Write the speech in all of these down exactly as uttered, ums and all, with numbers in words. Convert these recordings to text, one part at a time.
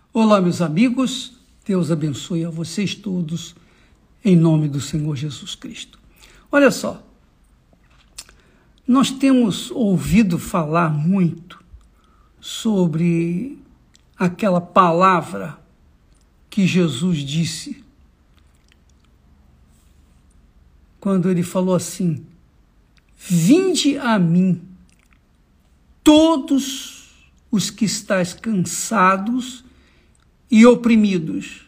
Olá, meus amigos, Deus abençoe a vocês todos, em nome do Senhor Jesus Cristo. Olha só, nós temos ouvido falar muito sobre aquela palavra que Jesus disse, quando ele falou assim: vinde a mim, todos os que estáis cansados e oprimidos,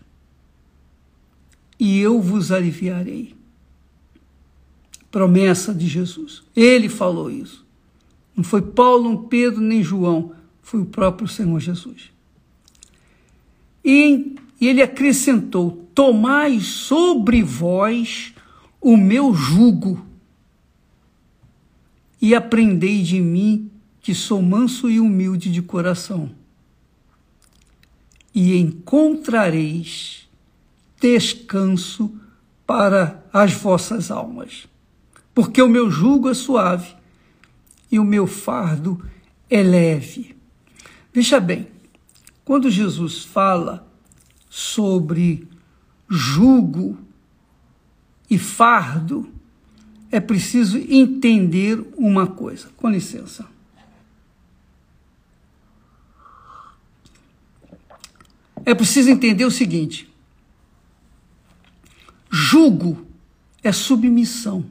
e eu vos aliviarei. Promessa de Jesus. Ele falou isso. Não foi Paulo, não Pedro, nem João. Foi o próprio Senhor Jesus. E ele acrescentou: tomai sobre vós o meu jugo e aprendei de mim, que sou manso e humilde de coração, e encontrareis descanso para as vossas almas. Porque o meu jugo é suave e o meu fardo é leve. Veja bem, quando Jesus fala sobre jugo e fardo, é preciso entender uma coisa. Com licença. É preciso entender o seguinte: jugo é submissão.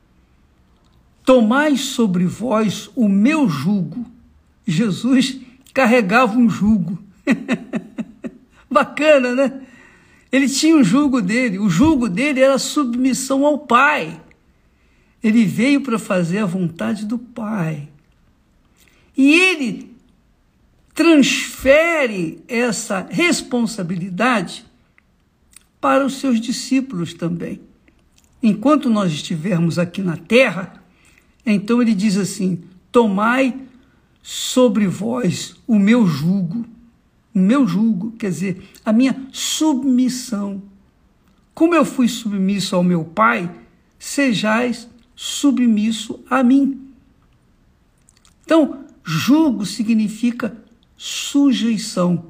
Tomai sobre vós o meu jugo. Jesus carregava um jugo. Bacana, né? Ele tinha o jugo dele. O jugo dele era a submissão ao Pai. Ele veio para fazer a vontade do Pai. E ele transfere essa responsabilidade para os seus discípulos também. Enquanto nós estivermos aqui na terra, então ele diz assim: tomai sobre vós o meu jugo. O meu jugo, quer dizer, a minha submissão. Como eu fui submisso ao meu Pai, sejais submisso a mim. Então, jugo significa sujeição.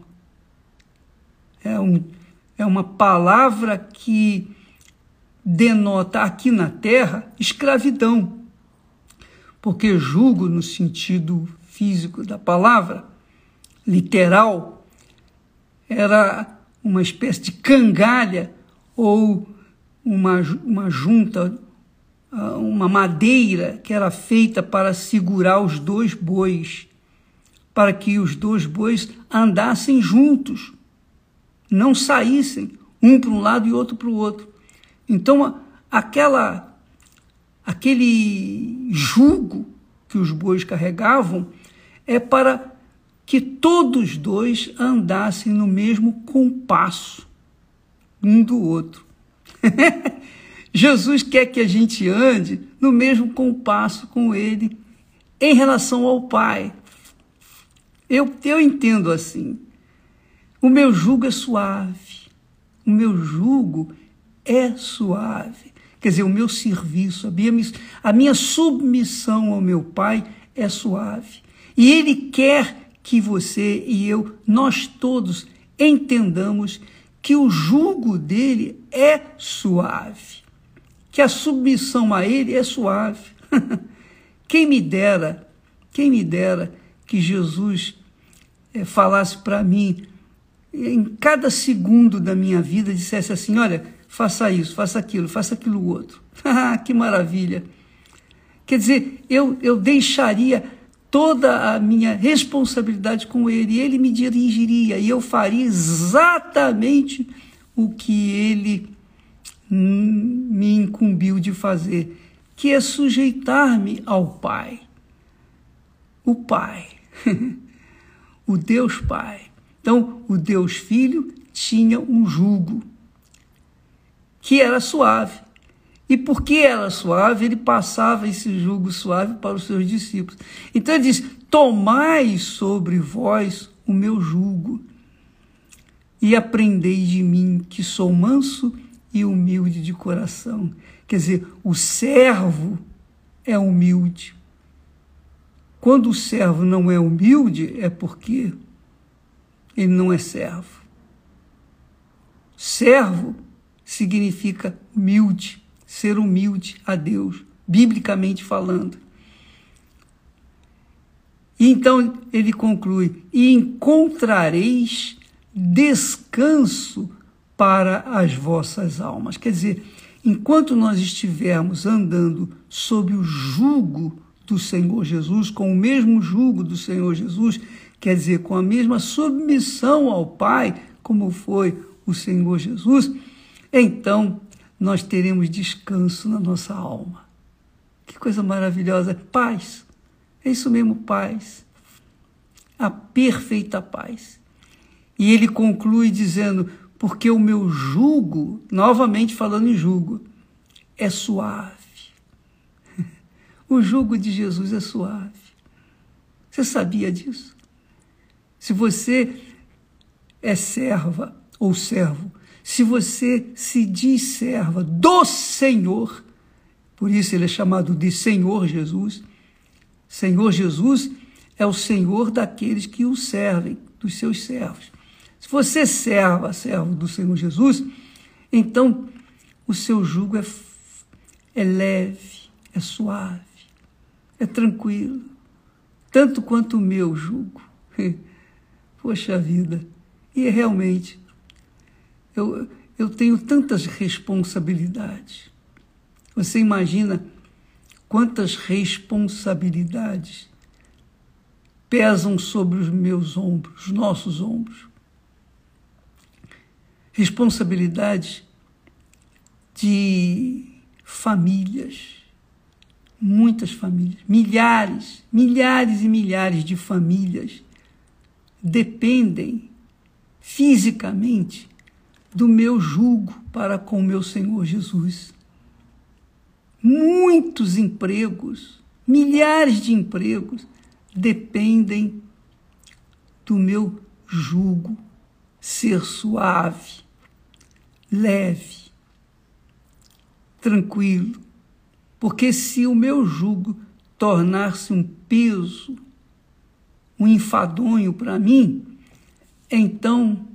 É, um, é uma palavra que denota aqui na terra escravidão. Porque jugo, no sentido físico da palavra, literal, era uma espécie de cangalha ou uma, uma junta, uma madeira que era feita para segurar os dois bois, para que os dois bois andassem juntos, não saíssem, um para um lado e outro para o outro. Então, aquela, aquele jugo que os bois carregavam é para que todos dois andassem no mesmo compasso, um do outro. Jesus quer que a gente ande no mesmo compasso com ele em relação ao Pai. Eu, eu entendo assim: o meu jugo é suave, o meu jugo é suave. Quer dizer, o meu serviço, a minha, a minha submissão ao meu Pai é suave. E Ele quer que você e eu, nós todos, entendamos que o jugo dele é suave, que a submissão a Ele é suave. Quem me dera, quem me dera que Jesus é, falasse para mim, em cada segundo da minha vida, dissesse assim: olha, faça isso, faça aquilo, faça aquilo outro. Que maravilha! Quer dizer, eu, eu deixaria toda a minha responsabilidade com ele, e ele me dirigiria, e eu faria exatamente o que ele me incumbiu de fazer, que é sujeitar-me ao Pai. O Pai, o Deus Pai. Então, o Deus Filho tinha um jugo que era suave. E porque era suave, ele passava esse jugo suave para os seus discípulos. Então ele diz: tomai sobre vós o meu jugo e aprendei de mim, que sou manso e humilde de coração. Quer dizer, o servo é humilde. Quando o servo não é humilde, é porque ele não é servo. Servo significa humilde, ser humilde a Deus, biblicamente falando. E então ele conclui: e encontrareis descanso para as vossas almas. Quer dizer, enquanto nós estivermos andando sob o jugo do Senhor Jesus, com o mesmo jugo do Senhor Jesus, quer dizer, com a mesma submissão ao Pai, como foi o Senhor Jesus, então nós teremos descanso na nossa alma. Que coisa maravilhosa! Paz. É isso mesmo, paz. A perfeita paz. E ele conclui dizendo: porque o meu jugo, novamente falando em jugo, é suave. O jugo de Jesus é suave. Você sabia disso? Se você é serva ou servo, se você se diz serva do Senhor, por isso ele é chamado de Senhor Jesus, Senhor Jesus é o Senhor daqueles que o servem, dos seus servos. Se você é serva, servo do Senhor Jesus, então o seu jugo é, é leve, é suave, é tranquilo, tanto quanto o meu jugo. Poxa vida, e realmente, eu, eu tenho tantas responsabilidades. Você imagina quantas responsabilidades pesam sobre os meus ombros, os nossos ombros. Responsabilidades de famílias, muitas famílias, milhares, milhares e milhares de famílias dependem fisicamente do meu jugo para com o meu Senhor Jesus. Muitos empregos, milhares de empregos, dependem do meu jugo ser suave, leve, tranquilo. Porque se o meu jugo tornar-se um peso, um enfadonho para mim, então,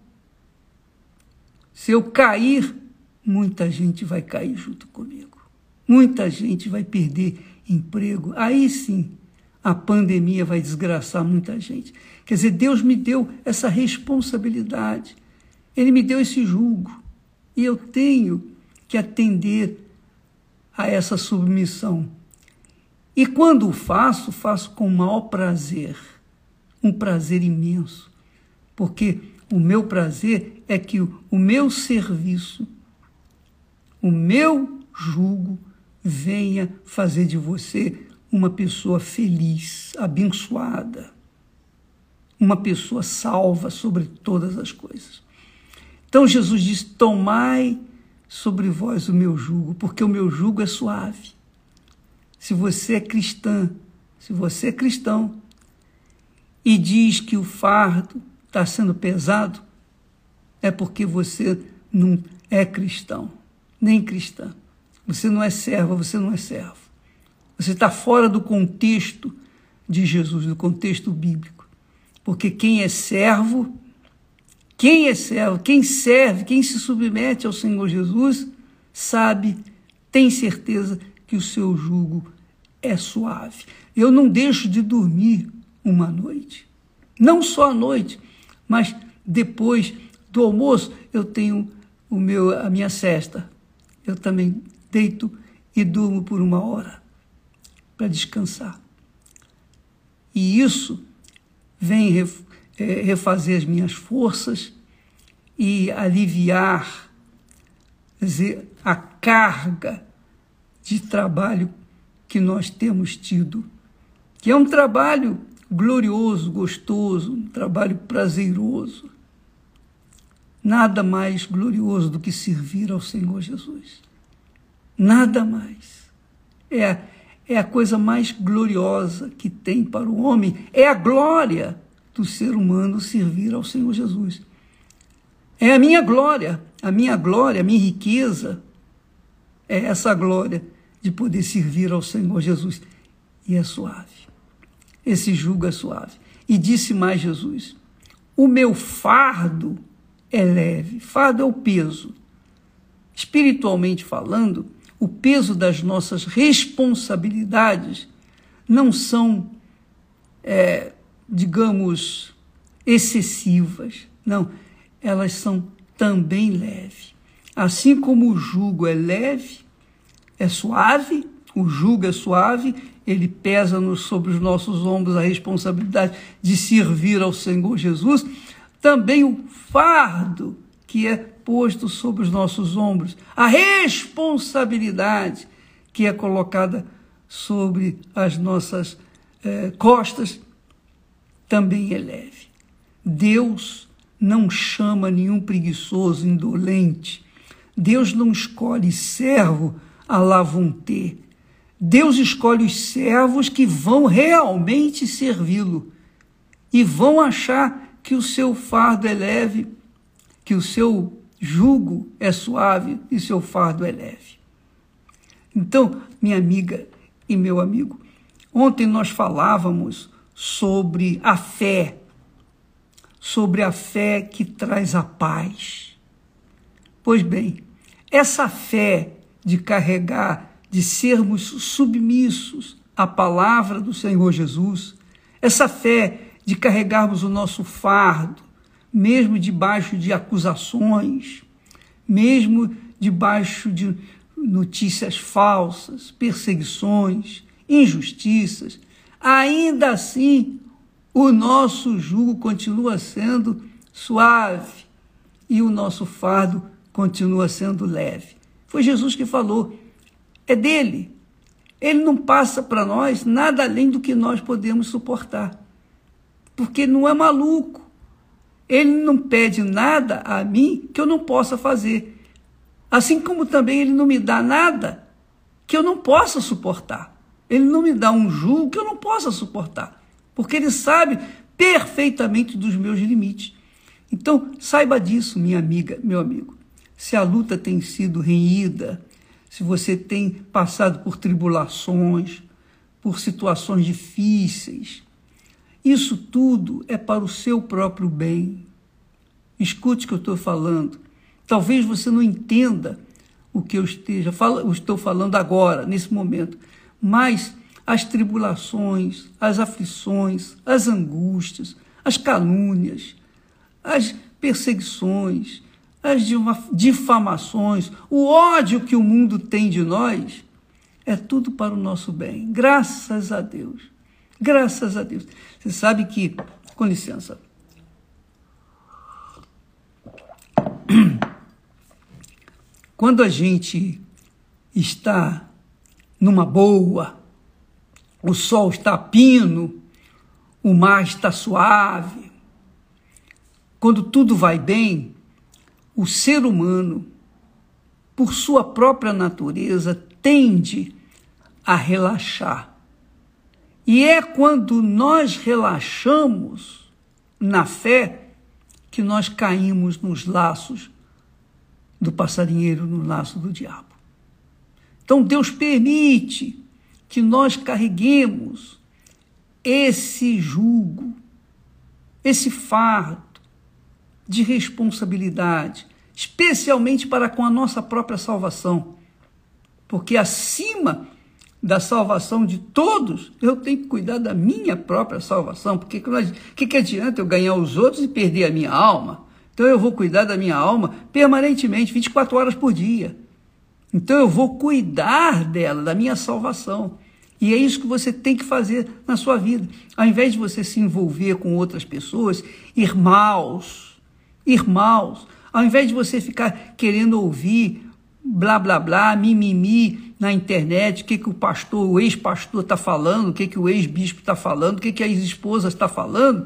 se eu cair, muita gente vai cair junto comigo. Muita gente vai perder emprego. Aí sim, a pandemia vai desgraçar muita gente. Quer dizer, Deus me deu essa responsabilidade. Ele me deu esse jugo. E eu tenho que atender a essa submissão. E quando o faço, faço com o maior prazer. Um prazer imenso. Porque o meu prazer é que o, o meu serviço, o meu jugo, venha fazer de você uma pessoa feliz, abençoada, uma pessoa salva sobre todas as coisas. Então Jesus diz: tomai sobre vós o meu jugo, porque o meu jugo é suave. Se você é cristã, se você é cristão, e diz que o fardo está sendo pesado, é porque você não é cristão, nem cristã. Você não é serva, você não é servo. Você está fora do contexto de Jesus, do contexto bíblico. Porque quem é servo, quem é servo, quem serve, quem se submete ao Senhor Jesus, sabe, tem certeza que o seu jugo é suave. Eu não deixo de dormir uma noite. Não só à noite, mas depois do almoço eu tenho o meu, a minha sesta. Eu também deito e durmo por uma hora para descansar. E isso vem refazer as minhas forças e aliviar, quer dizer, a carga de trabalho que nós temos tido, que é um trabalho glorioso, gostoso, um trabalho prazeroso. Nada mais glorioso do que servir ao Senhor Jesus. Nada mais. É, é a coisa mais gloriosa que tem para o homem, é a glória do ser humano servir ao Senhor Jesus. É a minha glória, a minha glória, a minha riqueza, é essa glória de poder servir ao Senhor Jesus. E é suave. Esse jugo é suave. E disse mais Jesus: o meu fardo é leve. Fardo é o peso. Espiritualmente falando, o peso das nossas responsabilidades não são, é, digamos, excessivas. Não, elas são também leves. Assim como o jugo é leve, é suave, o jugo é suave, ele pesa nos, sobre os nossos ombros a responsabilidade de servir ao Senhor Jesus, também o fardo que é posto sobre os nossos ombros, a responsabilidade que é colocada sobre as nossas eh, costas, também é leve. Deus não chama nenhum preguiçoso, indolente. Deus não escolhe servo à la vontade. Deus escolhe os servos que vão realmente servi-lo e vão achar que o seu fardo é leve, que o seu jugo é suave e seu fardo é leve. Então, minha amiga e meu amigo, ontem nós falávamos sobre a fé, sobre a fé que traz a paz. Pois bem, essa fé de carregar, de sermos submissos à palavra do Senhor Jesus, essa fé de carregarmos o nosso fardo, mesmo debaixo de acusações, mesmo debaixo de notícias falsas, perseguições, injustiças, ainda assim o nosso jugo continua sendo suave e o nosso fardo continua sendo leve. Foi Jesus que falou, é dele. Ele não passa para nós nada além do que nós podemos suportar, porque não é maluco. Ele não pede nada a mim que eu não possa fazer, assim como também ele não me dá nada que eu não possa suportar. Ele não me dá um jugo que eu não possa suportar, porque ele sabe perfeitamente dos meus limites. Então, saiba disso, minha amiga, meu amigo. Se a luta tem sido renhida, se você tem passado por tribulações, por situações difíceis, isso tudo é para o seu próprio bem. Escute o que eu estou falando. Talvez você não entenda o que eu esteja eu estou falando agora, nesse momento, mas as tribulações, as aflições, as angústias, as calúnias, as perseguições, as difamações, o ódio que o mundo tem de nós, é tudo para o nosso bem. Graças a Deus. Graças a Deus. Você sabe que, com licença, quando a gente está numa boa, o sol está pino, o mar está suave, quando tudo vai bem, o ser humano, por sua própria natureza, tende a relaxar. E é quando nós relaxamos na fé que nós caímos nos laços do passarinheiro, no laço do diabo. Então Deus permite que nós carreguemos esse jugo, esse fardo de responsabilidade, especialmente para com a nossa própria salvação. Porque acima da salvação de todos, eu tenho que cuidar da minha própria salvação, porque o que, que adianta eu ganhar os outros e perder a minha alma? Então eu vou cuidar da minha alma permanentemente, vinte e quatro horas por dia. Então eu vou cuidar dela, da minha salvação. E é isso que você tem que fazer na sua vida. Ao invés de você se envolver com outras pessoas, irmãos, irmãos, ao invés de você ficar querendo ouvir blá, blá, blá, mimimi na internet, o que, que o pastor, o ex-pastor está falando, o que, que o ex-bispo está falando, o que, que a ex-esposa está falando.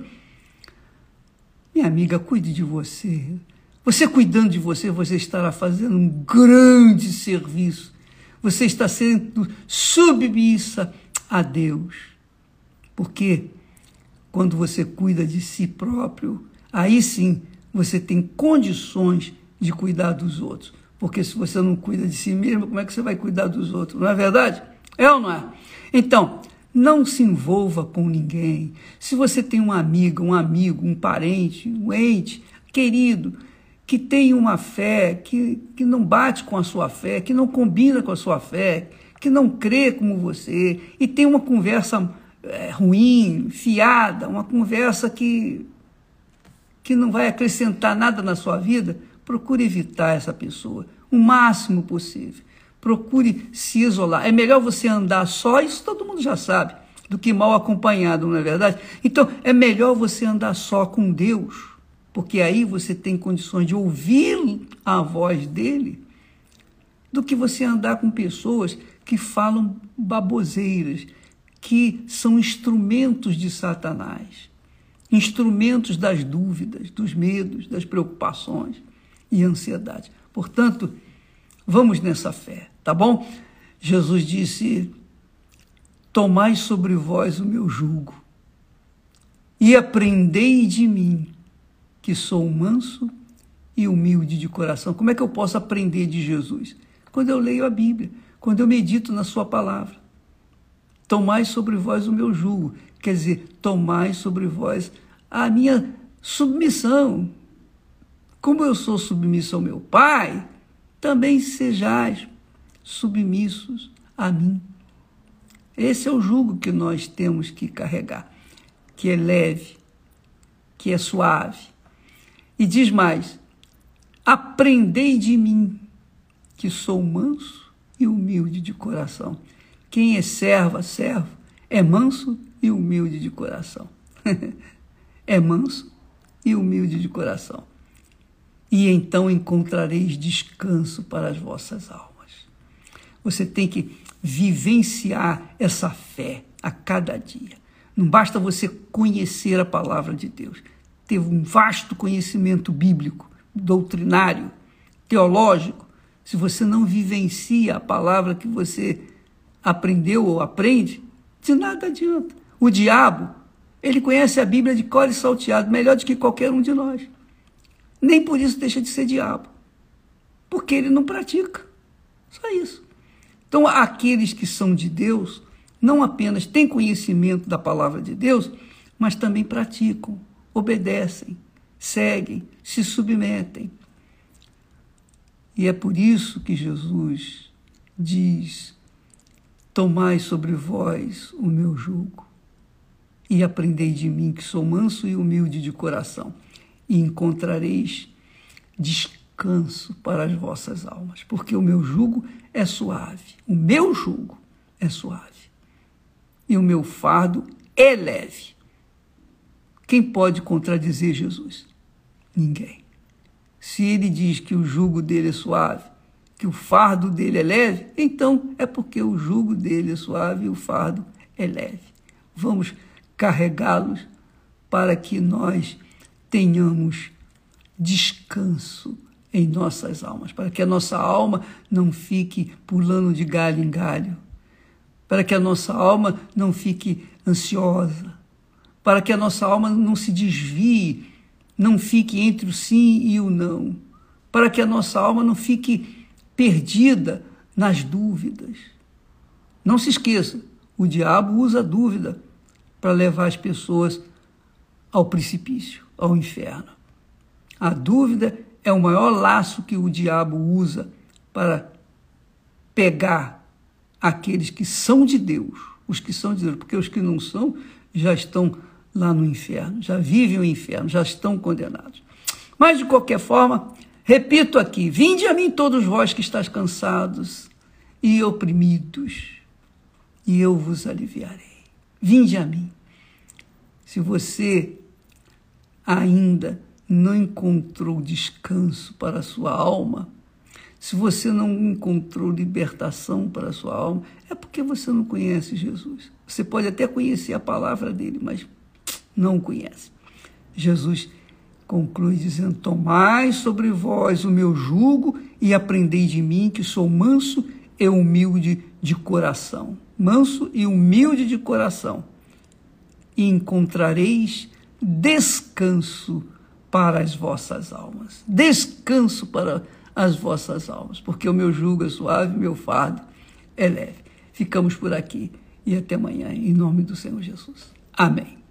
Minha amiga, cuide de você. Você cuidando de você, você estará fazendo um grande serviço. Você está sendo submissa a Deus. Porque quando você cuida de si próprio, aí sim você tem condições de cuidar dos outros. Porque se você não cuida de si mesmo, como é que você vai cuidar dos outros? Não é verdade? É ou não é? Então, não se envolva com ninguém. Se você tem uma amiga, um amigo, um parente, um ente querido, que tem uma fé que, que não bate com a sua fé, que não combina com a sua fé, que não crê como você, e tem uma conversa é, ruim, fiada, uma conversa que, que não vai acrescentar nada na sua vida, procure evitar essa pessoa o máximo possível. Procure se isolar. É melhor você andar só, isso todo mundo já sabe, do que mal acompanhado, não é verdade? Então, é melhor você andar só com Deus, porque aí você tem condições de ouvir a voz dele, do que você andar com pessoas que falam baboseiras, que são instrumentos de Satanás, instrumentos das dúvidas, dos medos, das preocupações e ansiedade. Portanto, vamos nessa fé, tá bom? Jesus disse: tomai sobre vós o meu jugo e aprendei de mim, que sou manso e humilde de coração. Como é que eu posso aprender de Jesus? Quando eu leio a Bíblia, quando eu medito na sua palavra. Tomai sobre vós o meu jugo, quer dizer, tomai sobre vós a minha submissão. Como eu sou submisso ao meu Pai, também sejais submissos a mim. Esse é o jugo que nós temos que carregar, que é leve, que é suave. E diz mais: aprendei de mim, que sou manso e humilde de coração. Quem é serva, servo, é manso e humilde de coração. É manso e humilde de coração. E então encontrareis descanso para as vossas almas. Você tem que vivenciar essa fé a cada dia. Não basta você conhecer a palavra de Deus, ter um vasto conhecimento bíblico, doutrinário, teológico. Se você não vivencia a palavra que você aprendeu ou aprende, de nada adianta. O diabo, ele conhece a Bíblia de cor e salteado, melhor do que qualquer um de nós. Nem por isso deixa de ser diabo, porque ele não pratica. Só isso. Então, aqueles que são de Deus, não apenas têm conhecimento da palavra de Deus, mas também praticam, obedecem, seguem, se submetem. E é por isso que Jesus diz: tomai sobre vós o meu jugo e aprendei de mim, que sou manso e humilde de coração, e encontrareis descanso para as vossas almas, porque o meu jugo é suave, o meu jugo é suave, e o meu fardo é leve. Quem pode contradizer Jesus? Ninguém. Se ele diz que o jugo dele é suave, que o fardo dele é leve, então é porque o jugo dele é suave e o fardo é leve. Vamos carregá-los para que nós tenhamos descanso em nossas almas, para que a nossa alma não fique pulando de galho em galho, para que a nossa alma não fique ansiosa, para que a nossa alma não se desvie, não fique entre o sim e o não, para que a nossa alma não fique perdida nas dúvidas. Não se esqueça, o diabo usa a dúvida para levar as pessoas ao precipício, ao inferno. A dúvida é o maior laço que o diabo usa para pegar aqueles que são de Deus, os que são de Deus, porque os que não são já estão lá no inferno, já vivem o inferno, já estão condenados. Mas, de qualquer forma, repito aqui: vinde a mim todos vós que estáis cansados e oprimidos, e eu vos aliviarei. Vinde a mim. Se você ainda não encontrou descanso para a sua alma, se você não encontrou libertação para a sua alma, é porque você não conhece Jesus. Você pode até conhecer a palavra dele, mas não o conhece. Jesus conclui dizendo: tomai sobre vós o meu jugo e aprendei de mim, que sou manso e humilde de coração. Manso e humilde de coração. E encontrareis descanso para as vossas almas. Descanso para as vossas almas, porque o meu jugo é suave, meu fardo é leve. Ficamos por aqui e até amanhã, em nome do Senhor Jesus. Amém.